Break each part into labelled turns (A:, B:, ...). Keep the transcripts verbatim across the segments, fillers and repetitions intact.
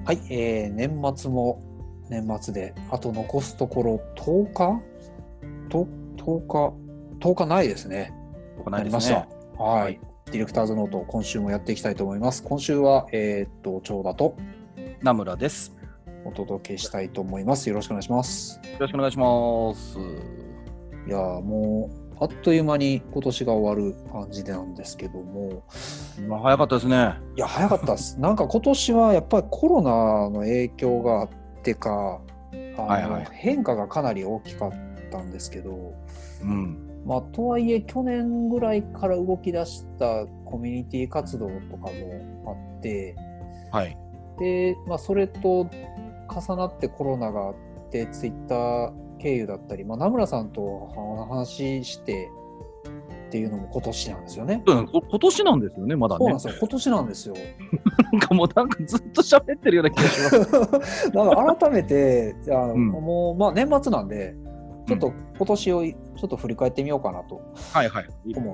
A: はい、えー、年末も年末であと残すところとおかととおかとおかないですね。
B: ないですね。
A: なりました。はい、
B: はい、
A: ディレクターズノート今週もやっていきたいと思います。今週はえー、っと長田と
B: 名村です。
A: お届けしたいと思います。よろしくお願いします。
B: よろしくお願いします。
A: いやもうあっという間に今年が終わる感じなんですけども、
B: まあ、早かったですね。
A: いや早かったです。なんか今年はやっぱりコロナの影響があってかあの、はいはい、変化がかなり大きかったんですけど、
B: うん
A: まあ、とはいえ去年ぐらいから動き出したコミュニティ活動とかもあって、
B: はい、
A: で、まあ、それと重なってコロナがあってツイッター経由だったり、まあ、名村さんとお話ししてっていうのも今年なんですよね。
B: 今年なんですよね、まだね。
A: そうなんですよ、今年なんですよ。
B: なんかもうなんかずっと喋ってるような気がします
A: なんか改めてあの、うん、もうまあ年末なんでちょっと今年をちょっと振り返ってみようかなと思って、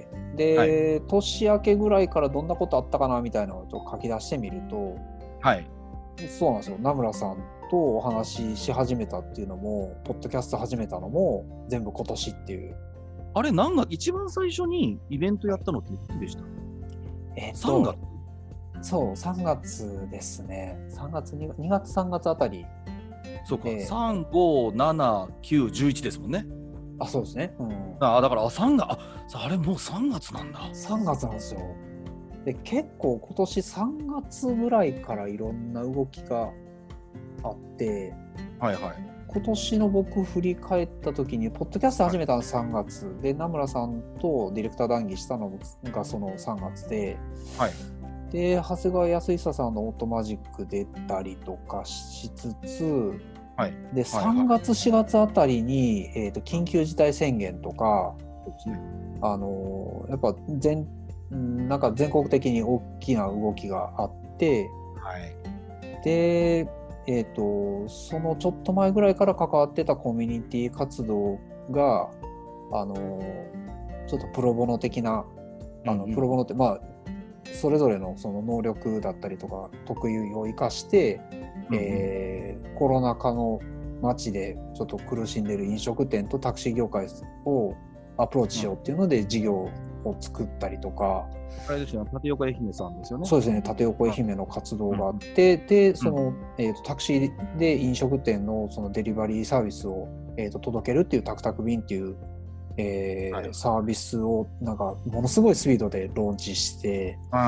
B: はいはい、
A: で、
B: はい、
A: 年明けぐらいからどんなことあったかなみたいなのをちょっと書き出してみると、
B: はい、
A: そうなんですよ。名村さんとお話しし始めたっていうのもポッドキャスト始めたのも全部今年っていう。
B: あれなんか一番最初にイベントやったのっていつでした？
A: えー、っと
B: さんがつ
A: そうさんがつですね。さんがつにがつさんがつあたり。
B: そうか、さん、ご、なな、きゅう、じゅういちですもんね。
A: あ、そうですね。うん、
B: あだからあさんがああれもうさんがつなんだ。
A: さんがつなんですよ。で結構今年さんがつぐらいからいろんな動きがあって、はいはい、今年の僕振り返った時にポッドキャスト始めたのさんがつ、はい、で名村さんとディレクター談義したのがそのさんがつで、はい、で長谷川康久さんのオートマジック出たりとかしつつ、はい、でさんがつしがつあたりに、えーと、緊急事態宣言とか、そうですね、あのやっぱ全なんか全国的に大きな動きがあって、はい、で、えーと、そのちょっと前ぐらいから関わってたコミュニティ活動があのちょっとプロボノ的なあの、うんうん、プロボノってまあそれぞれのその能力だったりとか得意を生かして、うんうん、えー、コロナ禍の街でちょっと苦しんでいる飲食店とタクシー業界をアプローチしようっていうので事業を作ったりとか、
B: あれですよね、立岡愛媛さんですよね。
A: そうですね、立岡愛媛の活動があって、うん、でその、えーと、タクシーで飲食店のそのデリバリーサービスを、えーと、届けるっていうタクタク便っていう、えーはい、サービスをなんかものすごいスピードでローンチして、うん、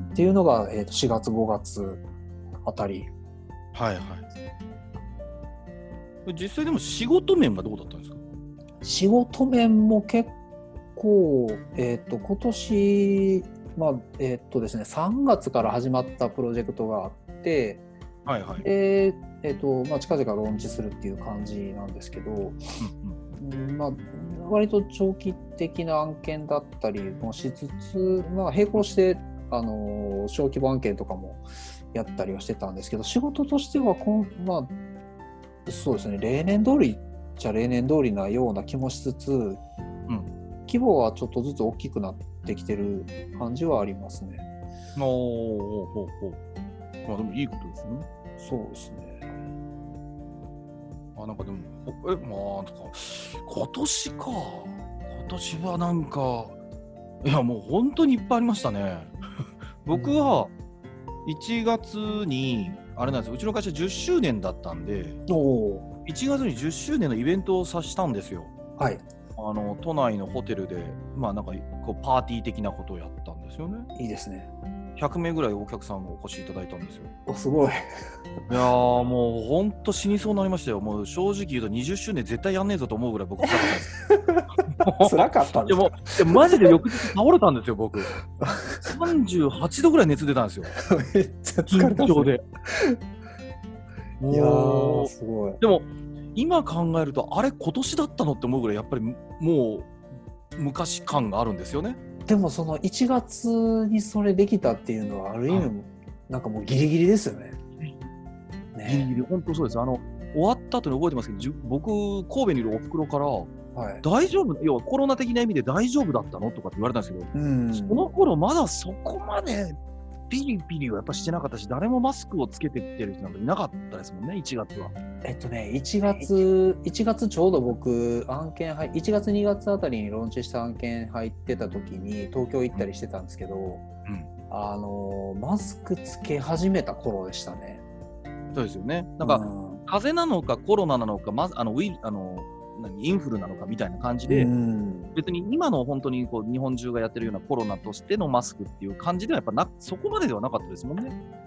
A: っていうのが、えーと、しがつごがつあたり。
B: はいはい。実際でも仕事面はどうだったんですか？
A: 仕事面も結構、えーと、今年、まあえーとですね、さんがつから始まったプロジェクトがあって、はいはい、でえーとまあ、近々ローンチするっていう感じなんですけど、うんうんまあ、割と長期的な案件だったりもしつつ、まあ、並行してあの小規模案件とかもやったりはしてたんですけど、仕事としてはこん、まあ、そうですね、例年通りじゃ例年通りなような気もしつつ、うん、規模はちょっとずつ大きくなってきてる感じはありますね。
B: おーほうほう。まあでもいいことですね。
A: そうですね。
B: あなんかでもえまあなんか今年か今年はなんかいやもう本当にいっぱいありましたね。僕はいちがつにあれなんですよ、うちの会社じゅっしゅうねんだったんで、おいちがつにじゅっしゅうねんのイベントをさしたんですよ。はい。あの都内のホテルでまあなんかこうパーティー的なことをやったんですよね。
A: いいですね。
B: ひゃくめいぐらいお客さんがお越しいただいたんですよ。
A: おすごい。い
B: やーもうほんと死にそうになりましたよ。もう正直言うとにじゅっしゅうねん絶対やんねえぞと思うぐらい僕辛かったです。
A: 辛かったんですか？
B: でもマジで翌日倒れたんですよ僕。さんじゅうはちどぐらい熱出たんですよ。
A: めっちゃ疲れたんですね。
B: もういやーすごい。でも今考えるとあれ今年だったのって思うぐらいやっぱりもう昔感があるんですよね。
A: でもそのいちがつにそれできたっていうのはある意味なんかもうギリギリですよね。
B: ねギリギリ本当そうです。あの終わった後に覚えてますけど、僕神戸にいるおふくろから、はい、大丈夫要はコロナ的な意味で大丈夫だったのとかって言われたんですけど、うん、その頃まだそこまでピリピリはやっぱしてなかったし、誰もマスクをつけてってる人なんかいなかったですもんね、いちがつは。
A: えっとね、いちがつ、いちがつちょうど僕、案件入、いちがつにがつあたりにローンチした案件入ってた時に東京行ったりしてたんですけど、うん、あのマスクつけ始めた頃でしたね。
B: そうですよね。なんか、うん、風邪なのかコロナなのか、まずあのウィあの何インフルなのかみたいな感じで、うん、別に今の本当にこう日本中がやってるようなコロナとしてのマスクっていう感じではやっぱなそこまでではなかったですもんね。うん、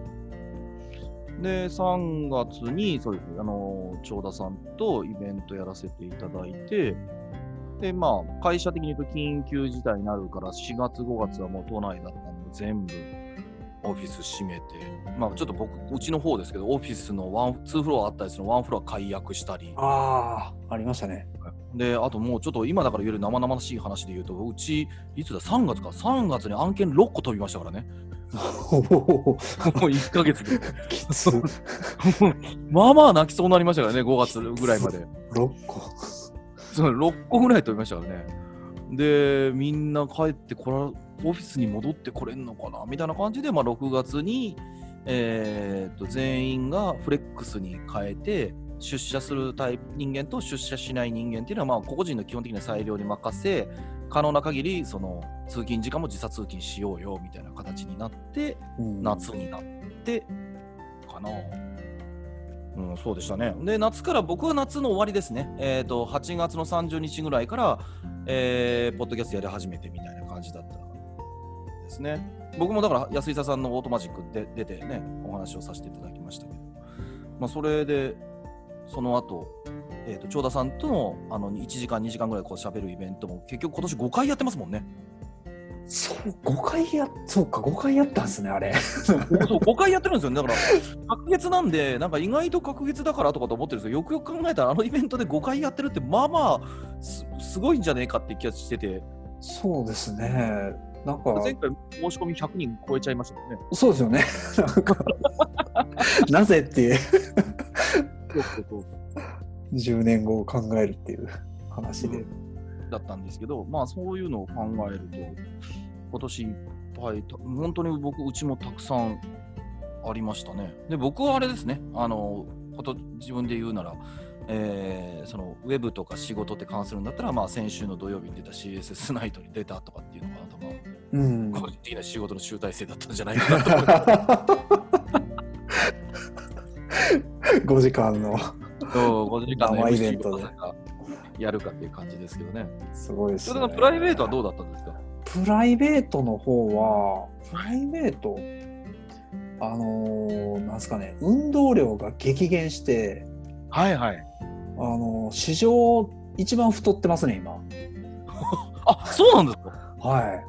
B: でさんがつにそうですあの長田さんとイベントやらせていただいて、でまあ会社的に言うと緊急事態になるからしがつごがつはもう都内だったんで全部オフィス閉めて、まあちょっと僕うちの方ですけどオフィスのワンツーフロアあったりするのワンフロア解約したり、
A: ああありましたね。
B: であともうちょっと今だから言える生々しい話で言うと、うちいつださんがつかさんがつに案件ろっこ飛びましたからね。もういっかげつで
A: きつ
B: まあまあ泣きそうになりましたからね、ごがつぐらいまで
A: ろっこ
B: そうろっこぐらい飛びましたからね。でみんな帰ってこらオフィスに戻ってこれんのかなみたいな感じで、まあ、ろくがつに、えー、と全員がフレックスに変えて出社するタイプ人間と出社しない人間っていうのは、まあ、個々人の基本的な裁量に任せ、可能な限りその通勤時間も時差通勤しようよみたいな形になって、うん、夏になってかな。うん、そうでしたね。で夏から僕は夏の終わりですね、えー、とはちがつのさんじゅうにちぐらいから、えー、ポッドキャストやり始めてみたいな感じだったですね。僕もだから安井さんのオートマジックで出てねお話をさせていただきましたけど、まあ、それでその後、えー、と長田さんとの、あのいちじかんにじかんぐらいこう喋るイベントも結局今年ごかいやってますもんね。
A: そうごかいやそうかごかいやったんですねあれ
B: そうごかいやってるんですよね。だから隔月なんでなんか意外と隔月だからとかと思ってるんですけど、よくよく考えたらあのイベントでごかいやってるってまあまあ す, すごいんじゃねえかって気がしてて。
A: そうですね。なんか
B: 前回申し込みひゃくにん超えちゃいましたもんね。
A: そうですよねなんかなぜっていうそうそうそうじゅうねんごを考えるっていう話で、うん
B: だったんですけど、まあそういうのを考えると今年いっぱい本当に僕うちもたくさんありましたね。で僕はあれですね、あのこと自分で言うなら、えー、そのウェブとか仕事って関するんだったら、まあ先週の土曜日に出た シーエスエス ナイトに出たとかっていうのが多分、うん、個人的な仕事の集大成だったんじゃないかなと思
A: いごじかんの
B: そうごじかんの エムシー イベントでやるかっていう感じですけどね。
A: すごいですね。
B: それのプライベートはどうだったんですか？
A: プライベートの方はプライベートあのー、なんですかね、運動量が激減して、
B: はいはい、
A: あのー、史上一番太ってますね今
B: あ、そうなんですか？
A: はい、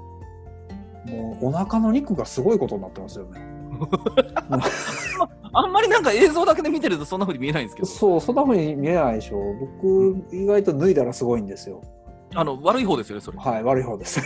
A: もうお腹の肉がすごいことになってますよね
B: あんまりなんか映像だけで見てるとそんな風に見えないんですけど。
A: そう、そんな風に見えないでしょ。僕、うん、意外と脱いだらすごいんですよ。
B: あの悪い方ですよねそれ。
A: はい、悪い方です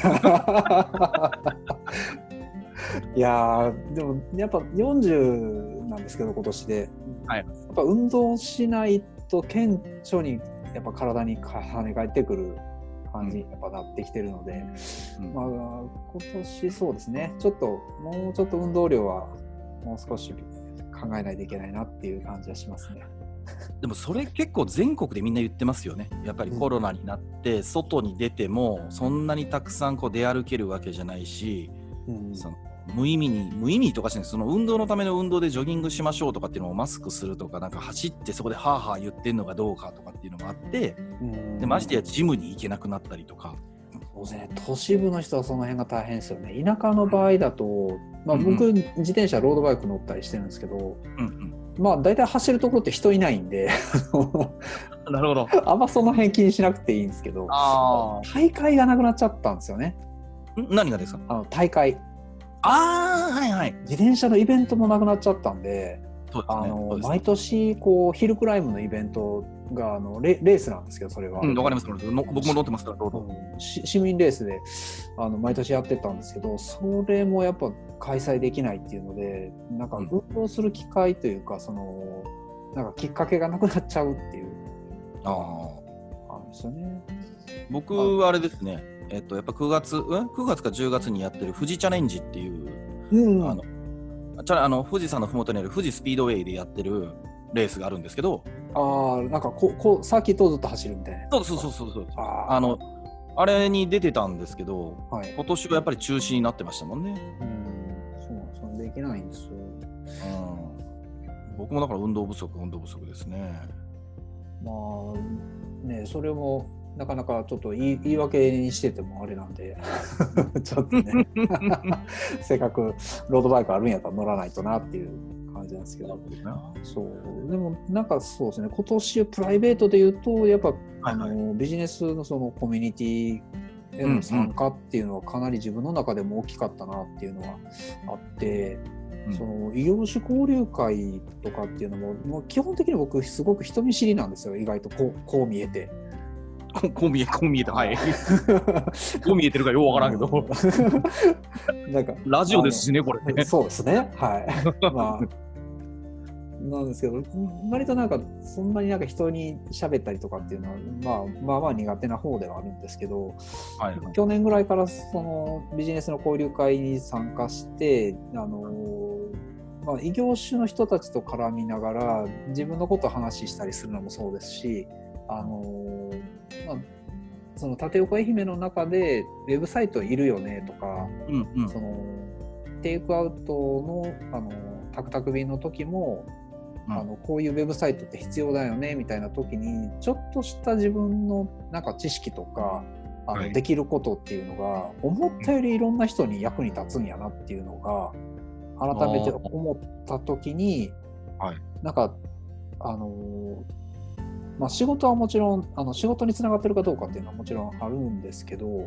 A: いやでもやっぱよんじゅうなんですけど今年で、はい、やっぱ運動しないと顕著にやっぱ体に跳ね返ってくる感じにやっぱなってきてるので、うん、まあ今年そうですね、ちょっともうちょっと運動量はもう少し考えないといけないなっていう感じはしますね。
B: でもそれ結構全国でみんな言ってますよね。やっぱりコロナになって外に出てもそんなにたくさんこう出歩けるわけじゃないし、うん、その無意味に無意味とかしない、その運動のための運動でジョギングしましょうとかっていうのをマスクするとか、なんか走ってそこでハーハー言ってんのがどうかとかっていうのもあって、うん、でましてやジムに行けなくなったりとか。
A: そうですね、都市部の人はその辺が大変ですよね。田舎の場合だと、まあ、僕、うん、自転車ロードバイク乗ったりしてるんですけど、うんうんまあ大体走るところって人いないんで
B: なるほど、
A: あんまその辺気にしなくていいんですけど、あ大会がなくなっちゃったんですよね。
B: ん何がですか？
A: あの大会、
B: ああはいはい、
A: 自転車のイベントもなくなっちゃったんで、そうですね、あの毎年こうヒルクライムのイベントがあの レ, レースなんですけど、それは、
B: うん、わかります。僕も乗ってますから、どうぞ、
A: うん、市民レースであの毎年やってたんですけど、それもやっぱ開催できないっていうので、なんか運動する機会というか、そのなんかきっかけがなくなっちゃうっていう、ああるんですよね。
B: 僕はあれですね、えっとやっぱくがつ、うん、くがつかじゅうがつにやってる富士チャレンジっていう
A: うん、
B: あのちゃあの富士山のふもとにある富士スピードウェイでやってるレースがあるんですけど、
A: ああ、なんかここサーキットをずっと走るみたいな。
B: そうそうそうそうそう。
A: あ
B: あのあれに出てたんですけど、
A: はい、
B: 今年はやっぱり中止になってましたもんね。
A: うん、そう、そうできないんですよ。うん、
B: 僕もだから運動不足運動不足ですね。
A: まあね、それもなかなかちょっと言い、言い訳にしててもあれなんでちょっとねせっかくロードバイクあるんやったら乗らないとなっていう感じなんですけど、そうでもなんかそうですね、今年プライベートで言うとやっぱ、はいはい、あのビジネスのそのコミュニティへの参加っていうのはかなり自分の中でも大きかったなっていうのはあって、うん、その異業種交流会とかっていうのも、もう基本的に僕すごく人見知りなんですよ、意外とこう、こう見えて。
B: こう見え、こう見えて、はい。こう見えてるかようわからんけど。なんかラジオですしね、これね。
A: そうですね。はい。まあ、なんですけど、割となんか、そんなになんか人に喋ったりとかっていうのは、まあ、まあまあ苦手な方ではあるんですけど、はいはい、去年ぐらいからそのビジネスの交流会に参加して、あの、まあ、異業種の人たちと絡みながら、自分のことを話したりするのもそうですし、あのまあ、その縦岡愛媛の中でウェブサイトいるよねとか、うんうん、そのテイクアウト の, あのタクタク便の時も、うん、あのこういうウェブサイトって必要だよねみたいな時にちょっとした自分のなんか知識とかあの、はい、できることっていうのが思ったよりいろんな人に役に立つんやなっていうのが改めて思った時に、はい、なんかあのまあ、仕事はもちろんあの仕事につながってるかどうかっていうのはもちろんあるんですけど、うん、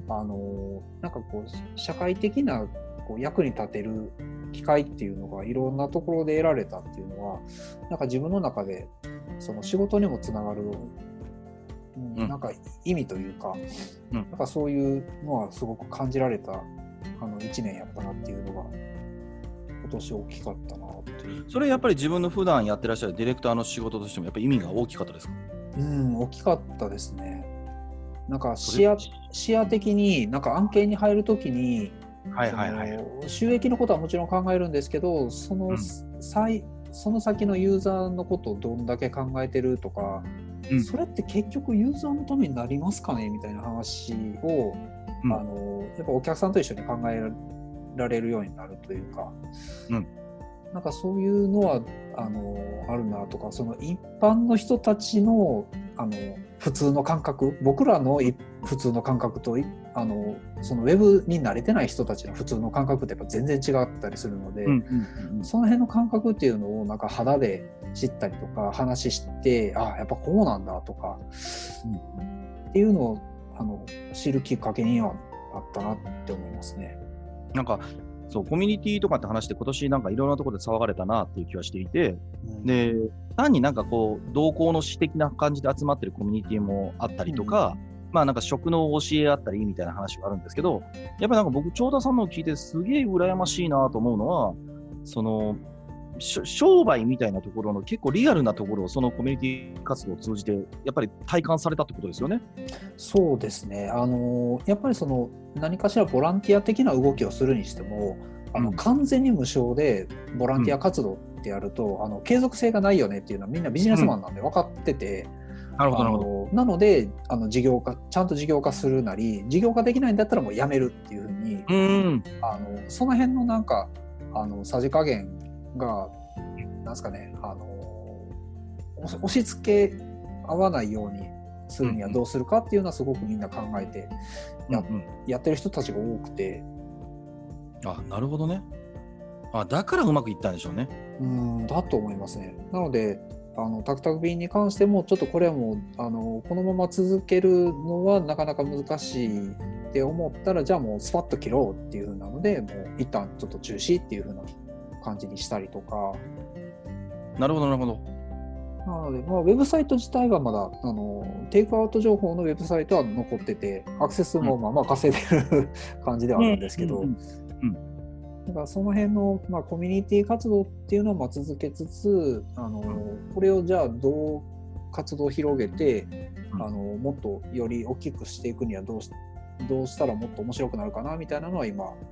A: あのなんかこう社会的なこう役に立てる機会っていうのがいろんなところで得られたっていうのはなんか自分の中でその仕事にもつながる、うん、なんか意味というか、うん、なんかそういうのはすごく感じられたあのいちねんやったなっていうのが今年大きかったなっていう。
B: それやっぱり自分の普段やってらっしゃるディレクターの仕事としてもやっぱり意味が大きかったですか？
A: うん、大きかったですね。なんか視野、視野的になんか案件に入るときに、はいはいはい、収益のことはもちろん考えるんですけど、その、うん、最その先のユーザーのことをどんだけ考えてるとか、うん、それって結局ユーザーのためになりますかねみたいな話を、うん、あのやっぱお客さんと一緒に考えられるようになるというか、うん、なんかそういうのはあのあるなとか、その一般の人たちのあの普通の感覚、僕らの普通の感覚とあのそのウェブに慣れてない人たちの普通の感覚ってやっぱ全然違ったりするので、うんうんうん、その辺の感覚っていうのをなんか肌で知ったりとか話して、あやっぱこうなんだとか、うん、っていうのをあの知るきっかけにはあったなって思いますね。
B: なんかそうコミュニティとかって話して今年なんかいろんなところで騒がれたなっていう気はしていて、うん、で単になんかこう同行の詩的な感じで集まってるコミュニティもあったりとか、うん、まあなんか食の教えあったりみたいな話があるんですけど、やっぱりなんか僕長田さんのを聞いてすげえ羨ましいなと思うのは、その商売みたいなところの結構リアルなところをそのコミュニティ活動を通じてやっぱり体感されたってことですよね。
A: そうですね。あのやっぱりその何かしらボランティア的な動きをするにしても、あの、うん、完全に無償でボランティア活動ってやると、うん、あの継続性がないよねっていうのはみんなビジネスマンなんで分かってて、うん、なるほどなるほど。なのであの事業化ちゃんと事業化するなり、事業化できないんだったらもうやめるっていうふうに、うん、あのその辺のなんかあのさじ加減がなんすかね、あの押し付け合わないようにするにはどうするかっていうのはすごくみんな考えて や,、うんうん、やってる人たちが多くて。
B: あ、なるほどね。あ、だからうまくいったんでしょうね。
A: うんだと思いますね。なのであのタクタク便に関してもちょっとこれはもうあのこのまま続けるのはなかなか難しいって思ったら、じゃあもうスパッと切ろうっていう風なので、もう一旦ちょっと中止っていう風な感じにしたりとか。
B: なるほどなるほど。
A: なので、まあ、ウェブサイト自体はまだあのテイクアウト情報のウェブサイトは残ってて、アクセスもまあまあ稼いでる感じではあるんですけど、だからその辺の、まあ、コミュニティ活動っていうのをまあ続けつつ、あのこれをじゃあどう活動を広げて、あのもっとより大きくしていくにはどうし、どうしたらもっと面白くなるかなみたいなのは今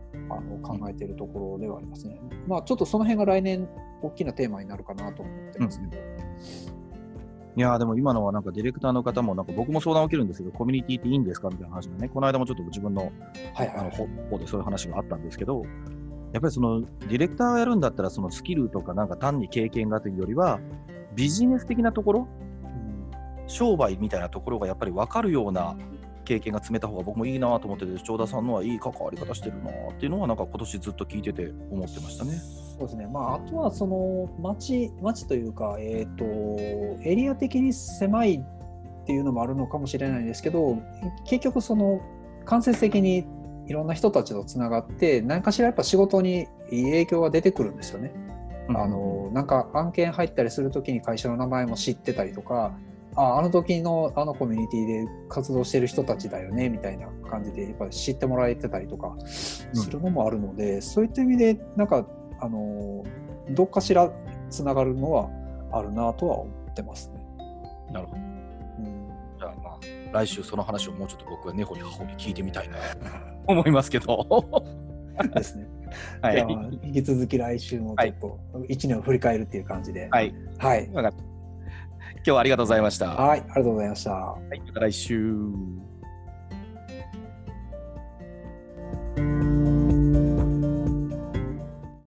A: あの考えているところではありますね。まあ、ちょっとその辺が来年大きなテーマになるかなと思ってますけど。
B: うん、いやでも今のはなんかディレクターの方もなんか僕も相談を受けるんですけど、コミュニティっていいんですかみたいな話がね、この間もちょっと自分の、はいはい、あの方でそういう話があったんですけど、やっぱりそのディレクターがやるんだったらそのスキルとかなんか単に経験がというよりはビジネス的なところ、うん、商売みたいなところがやっぱり分かるような経験が詰めた方が僕もいいなと思ってて、長田さんのはいい関わり方してるなっていうのはなんか今年ずっと聞いてて思ってましたね。
A: そうですね。まあ、あとはその町町というか、えーと、エリア的に狭いっていうのもあるのかもしれないですけど、結局その間接的にいろんな人たちとつながって何かしらやっぱ仕事にいい影響が出てくるんですよね。うん、あのなんか案件入ったりするときに会社の名前も知ってたりとか、あ, あの時のあのコミュニティで活動してる人たちだよねみたいな感じでやっぱり知ってもらえてたりとかするのもあるので、うん、そういった意味でなんかあのどっかしらつながるのはあるなとは思ってますね。
B: なるほど。うん、じゃあまあ来週その話をもうちょっと僕は根掘り葉掘り聞いてみたいなと思いますけど
A: ですね。はい、じゃあ引き続き来週もちょっといちねんを振り返るっていう感じで、
B: はい、
A: はい、
B: 今日はありがとうございました。
A: はい、ありがとうございました。は
B: い、また来週。